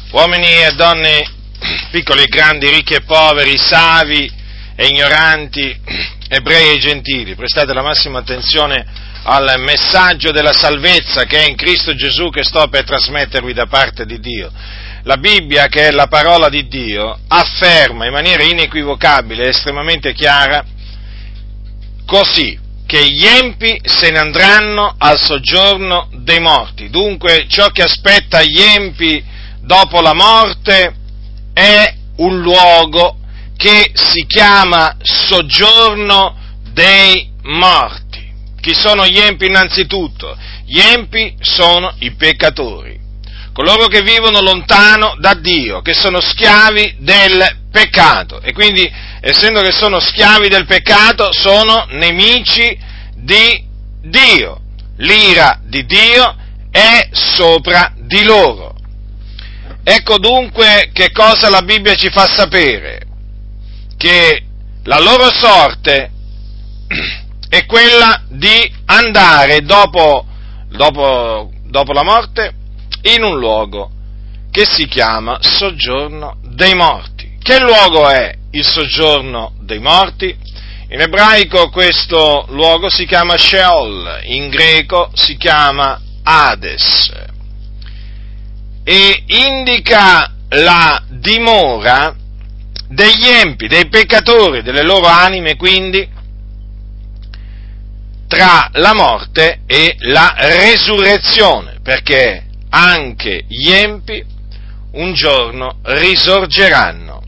uomini e donne, piccoli e grandi, ricchi e poveri, savi e ignoranti, ebrei e gentili, prestate la massima attenzione al messaggio della salvezza che è in Cristo Gesù, che sto per trasmettervi da parte di Dio. La Bibbia, che è la parola di Dio, afferma in maniera inequivocabile e estremamente chiara così: che gli empi se ne andranno al soggiorno dei morti. Dunque, ciò che aspetta gli empi dopo la morte è un luogo che si chiama soggiorno dei morti. Chi sono gli empi innanzitutto? Gli empi sono i peccatori, coloro che vivono lontano da Dio, che sono schiavi del peccato, e quindi, essendo che sono schiavi del peccato, sono nemici di Dio. L'ira di Dio è sopra di loro. Ecco dunque che cosa la Bibbia ci fa sapere: che la loro sorte è quella di andare dopo la morte in un luogo che si chiama soggiorno dei morti. Che luogo è il soggiorno dei morti? In ebraico questo luogo si chiama Sheol, in greco si chiama Hades, e indica la dimora degli empi, dei peccatori, delle loro anime, quindi, tra la morte e la resurrezione, perché anche gli empi un giorno risorgeranno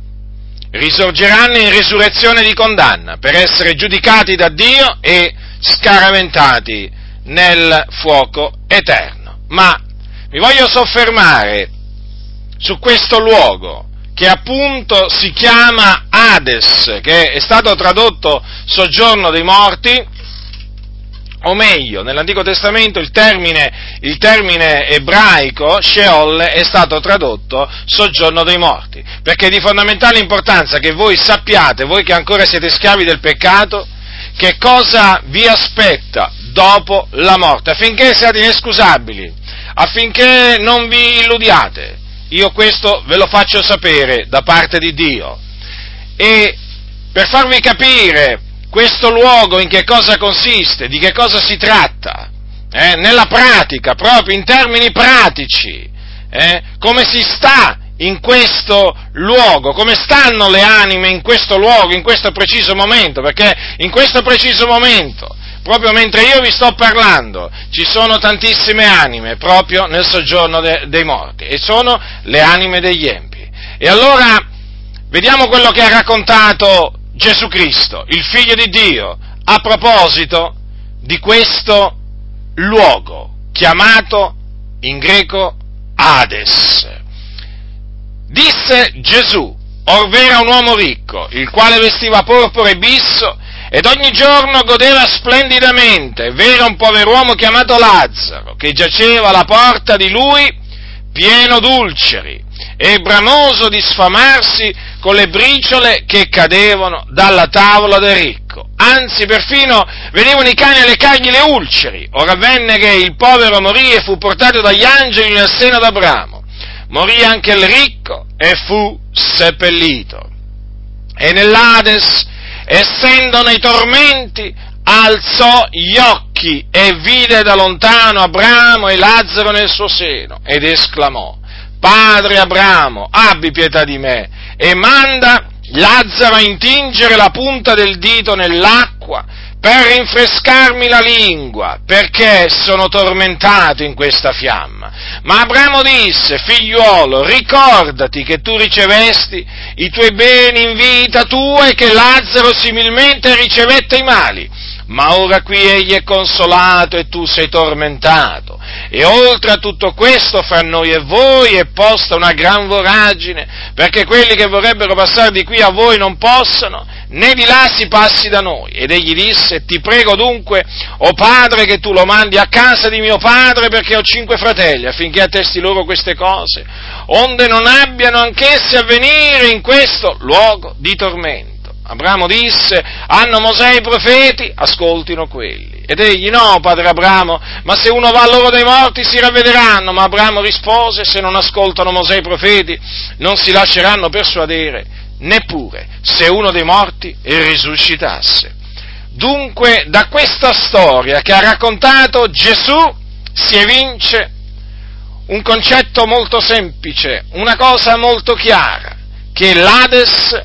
in risurrezione di condanna, per essere giudicati da Dio e scaraventati nel fuoco eterno. Ma mi voglio soffermare su questo luogo, che appunto si chiama Hades, che è stato tradotto soggiorno dei morti, o meglio, nell'Antico Testamento il termine ebraico Sheol è stato tradotto soggiorno dei morti, perché è di fondamentale importanza che voi sappiate, voi che ancora siete schiavi del peccato, che cosa vi aspetta dopo la morte, affinché siate inescusabili, affinché non vi illudiate. Io questo ve lo faccio sapere da parte di Dio, e per farvi capire questo luogo in che cosa consiste, di che cosa si tratta, nella pratica, proprio in termini pratici, come si sta in questo luogo, come stanno le anime in questo luogo, in questo preciso momento, perché in questo preciso momento, proprio mentre io vi sto parlando, ci sono tantissime anime proprio nel soggiorno dei morti, e sono le anime degli empi. E allora vediamo quello che ha raccontato Gesù Cristo, il Figlio di Dio, a proposito di questo luogo chiamato in greco Hades. Disse Gesù: orv'era un uomo ricco, il quale vestiva porpora e bisso, ed ogni giorno godeva splendidamente. V'era un pover'uomo chiamato Lazzaro, che giaceva alla porta di lui, pieno d'ulceri, e bramoso di sfamarsi con le briciole che cadevano dalla tavola del ricco. Anzi, perfino venivano i cani a leccargli le ulceri. Ora avvenne che il povero morì e fu portato dagli angeli nel seno d'Abramo. Morì anche il ricco e fu seppellito. E nell'Hades, essendo nei tormenti, alzò gli occhi e vide da lontano Abramo e Lazzaro nel suo seno, ed esclamò: Padre Abramo, abbi pietà di me, e manda Lazzaro a intingere la punta del dito nell'acqua per rinfrescarmi la lingua, perché sono tormentato in questa fiamma. Ma Abramo disse: figliuolo, ricordati che tu ricevesti i tuoi beni in vita tua e che Lazzaro similmente ricevette i mali. Ma ora qui egli è consolato e tu sei tormentato. E oltre a tutto questo, fra noi e voi è posta una gran voragine, perché quelli che vorrebbero passare di qui a voi non possono, né di là si passi da noi. Ed egli disse: ti prego dunque, o padre, che tu lo mandi a casa di mio padre, perché ho 5 fratelli, affinché attesti loro queste cose, onde non abbiano anch'essi a venire in questo luogo di tormento. Abramo disse: hanno Mosè e i profeti, ascoltino quelli. Ed egli: no, padre Abramo, ma se uno va a loro dei morti si ravvederanno. Ma Abramo rispose: se non ascoltano Mosè e i profeti, non si lasceranno persuadere, neppure se uno dei morti risuscitasse. Dunque, da questa storia che ha raccontato Gesù si evince un concetto molto semplice, una cosa molto chiara, che l'Ades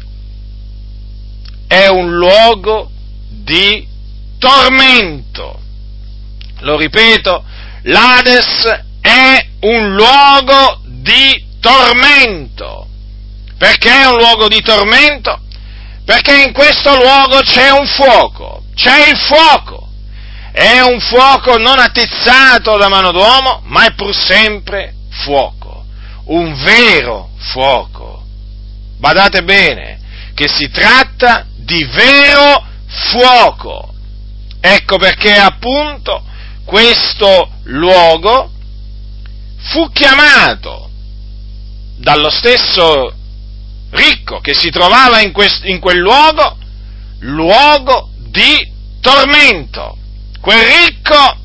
è un luogo di tormento. Lo ripeto, l'Ades è un luogo di tormento. Perché è un luogo di tormento? Perché in questo luogo c'è un fuoco, c'è il fuoco. È un fuoco non attizzato da mano d'uomo, ma è pur sempre fuoco, un vero fuoco. Badate bene, che si tratta di vero fuoco. Ecco perché appunto questo luogo fu chiamato dallo stesso ricco che si trovava in quel luogo, luogo di tormento. Quel ricco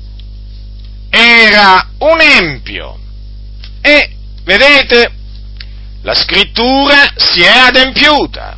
era un empio e, vedete, la scrittura si è adempiuta,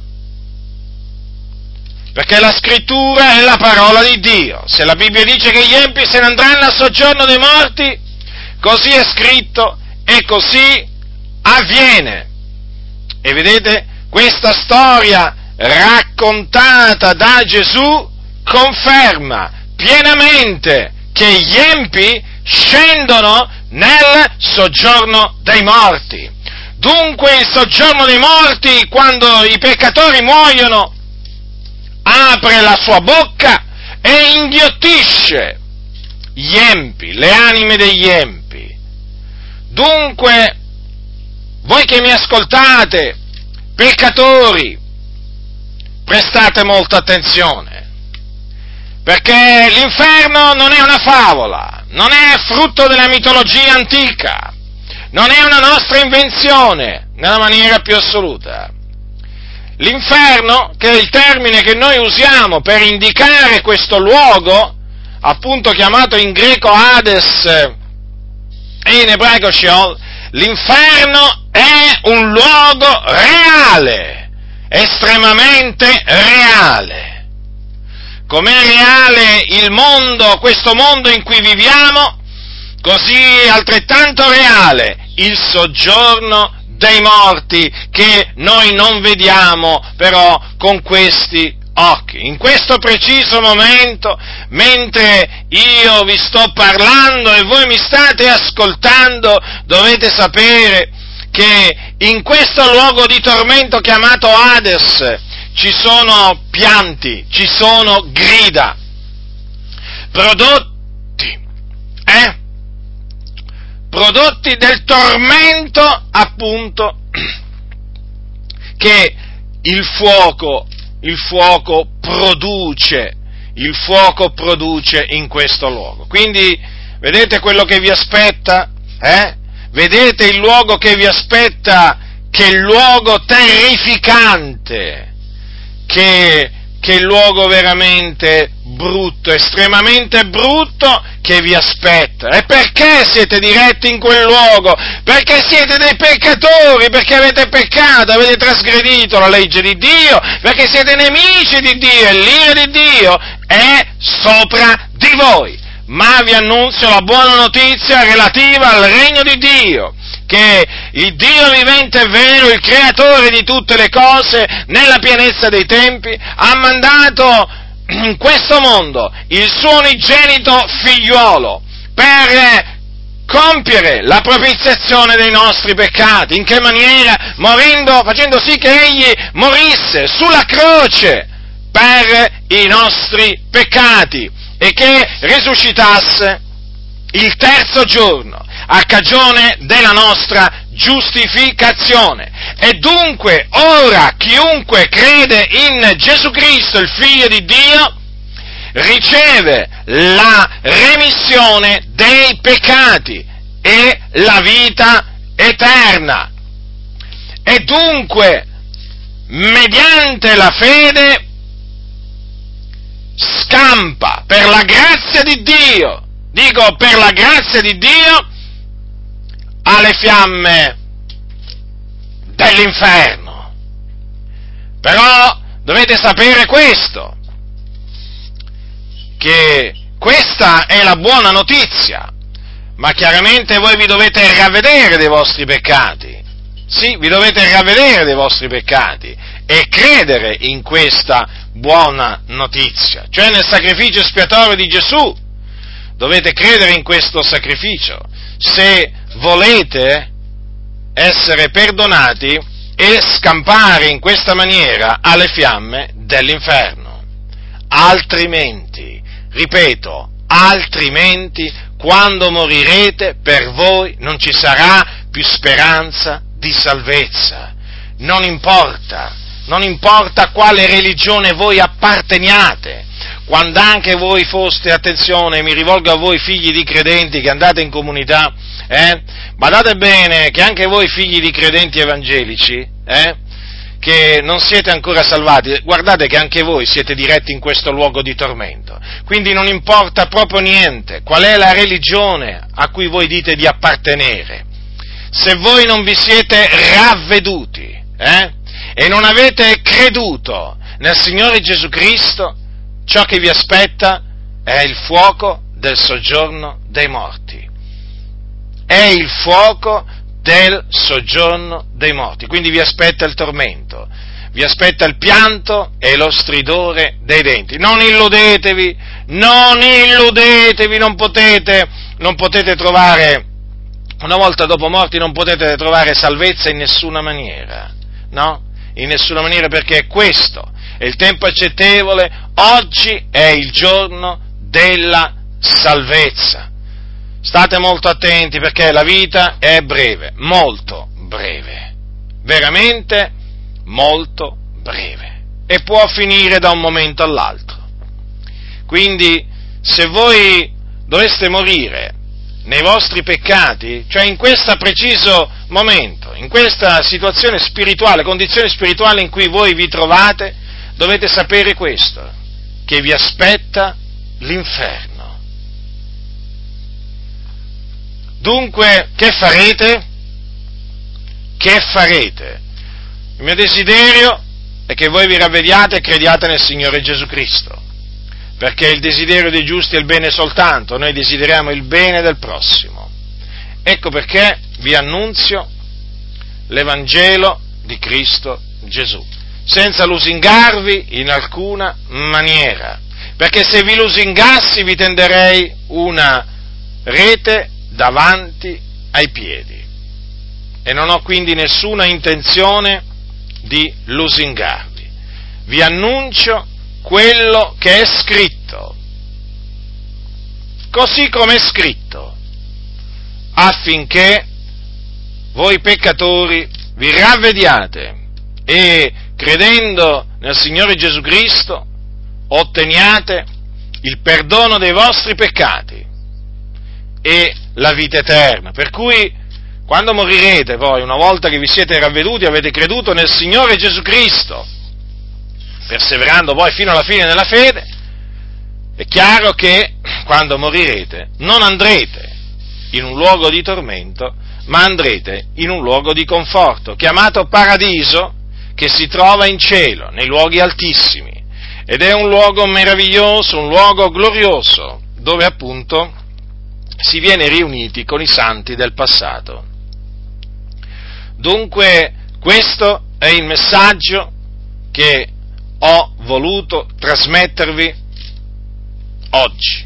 perché la scrittura è la parola di Dio. Se la Bibbia dice che gli empi se ne andranno al soggiorno dei morti, così è scritto e così avviene. E vedete, questa storia raccontata da Gesù conferma pienamente che gli empi scendono nel soggiorno dei morti. Dunque il soggiorno dei morti, quando i peccatori muoiono, apre la sua bocca e inghiottisce gli empi, le anime degli empi. Dunque, voi che mi ascoltate, peccatori, prestate molta attenzione, perché l'inferno non è una favola, non è frutto della mitologia antica, non è una nostra invenzione, nella maniera più assoluta. L'inferno, che è il termine che noi usiamo per indicare questo luogo, appunto chiamato in greco Hades e in ebraico Sheol, l'inferno è un luogo reale, estremamente reale. Com'è reale il mondo, questo mondo in cui viviamo, così altrettanto reale il soggiorno dei morti, che noi non vediamo però con questi occhi. In questo preciso momento, mentre io vi sto parlando e voi mi state ascoltando, dovete sapere che in questo luogo di tormento chiamato Hades ci sono pianti, ci sono grida, prodotti del tormento, appunto, che il fuoco produce in questo luogo. Quindi, vedete quello che vi aspetta? Vedete il luogo che vi aspetta, che è il luogo terrificante, che è il luogo veramente brutto, estremamente brutto che vi aspetta. E perché siete diretti in quel luogo? Perché siete dei peccatori, perché avete peccato, avete trasgredito la legge di Dio, perché siete nemici di Dio e l'ira di Dio è sopra di voi. Ma vi annunzio la buona notizia relativa al regno di Dio, che il Dio vivente e vero, il creatore di tutte le cose, nella pienezza dei tempi, ha mandato in questo mondo il suo unigenito figliuolo per compiere la propiziazione dei nostri peccati. In che maniera? Facendo sì che egli morisse sulla croce per i nostri peccati e che risuscitasse il terzo giorno a cagione della nostra giustificazione. E dunque ora chiunque crede in Gesù Cristo, il Figlio di Dio, riceve la remissione dei peccati e la vita eterna. E dunque mediante la fede scampa per la grazia di Dio, dico per la grazia di Dio, alle fiamme dell'inferno. Però dovete sapere questo, che questa è la buona notizia, ma chiaramente voi vi dovete ravvedere dei vostri peccati. Sì, vi dovete ravvedere dei vostri peccati e credere in questa buona notizia, cioè nel sacrificio espiatorio di Gesù. Dovete credere in questo sacrificio se volete essere perdonati e scampare in questa maniera alle fiamme dell'inferno. Altrimenti, ripeto, altrimenti, quando morirete, per voi non ci sarà più speranza di salvezza. Non importa a quale religione voi apparteniate, quando anche voi foste, attenzione, mi rivolgo a voi figli di credenti che andate in comunità, badate bene che anche voi figli di credenti evangelici, che non siete ancora salvati, guardate che anche voi siete diretti in questo luogo di tormento. Quindi non importa proprio niente qual è la religione a cui voi dite di appartenere. Se voi non vi siete ravveduti, e non avete creduto nel Signore Gesù Cristo, ciò che vi aspetta è il fuoco del soggiorno dei morti. È il fuoco del soggiorno dei morti, quindi vi aspetta il tormento, vi aspetta il pianto e lo stridore dei denti. Non illudetevi, non potete trovare, una volta dopo morti non potete trovare salvezza in nessuna maniera, no? In nessuna maniera, perché è questo, è il tempo accettevole, oggi è il giorno della salvezza. State molto attenti perché la vita è breve, molto breve, veramente molto breve, e può finire da un momento all'altro. Quindi, se voi doveste morire nei vostri peccati, cioè in questo preciso momento, in questa situazione spirituale, condizione spirituale in cui voi vi trovate, dovete sapere questo, che vi aspetta l'inferno. Dunque, che farete? Che farete? Il mio desiderio è che voi vi ravvediate e crediate nel Signore Gesù Cristo, perché il desiderio dei giusti è il bene soltanto, noi desideriamo il bene del prossimo. Ecco perché vi annunzio l'Evangelo di Cristo Gesù, senza lusingarvi in alcuna maniera, perché se vi lusingassi vi tenderei una rete davanti ai piedi, e non ho quindi nessuna intenzione di lusingarvi. Vi annuncio quello che è scritto, così come è scritto, affinché voi peccatori vi ravvediate e, credendo nel Signore Gesù Cristo, otteniate il perdono dei vostri peccati e la vita eterna. Per cui, quando morirete poi, una volta che vi siete ravveduti, avete creduto nel Signore Gesù Cristo, perseverando poi fino alla fine nella fede, è chiaro che quando morirete non andrete in un luogo di tormento, ma andrete in un luogo di conforto, chiamato paradiso, che si trova in cielo, nei luoghi altissimi, ed è un luogo meraviglioso, un luogo glorioso, dove appunto si viene riuniti con i santi del passato. Dunque, questo è il messaggio che ho voluto trasmettervi oggi.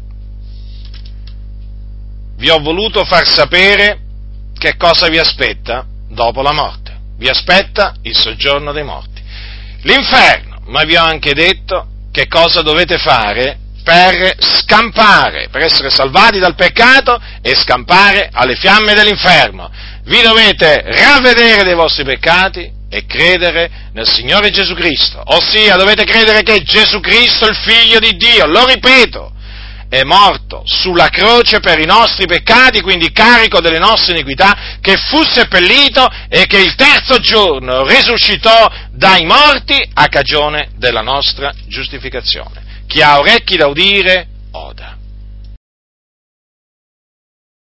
Vi ho voluto far sapere che cosa vi aspetta dopo la morte. Vi aspetta il soggiorno dei morti, l'inferno, ma vi ho anche detto che cosa dovete fare per scampare, per essere salvati dal peccato e scampare alle fiamme dell'inferno. Vi dovete ravvedere dei vostri peccati e credere nel Signore Gesù Cristo, ossia dovete credere che Gesù Cristo è il Figlio di Dio, lo ripeto, è morto sulla croce per i nostri peccati, quindi carico delle nostre iniquità, che fu seppellito e che il terzo giorno risuscitò dai morti a cagione della nostra giustificazione. Chi ha orecchi da udire, oda.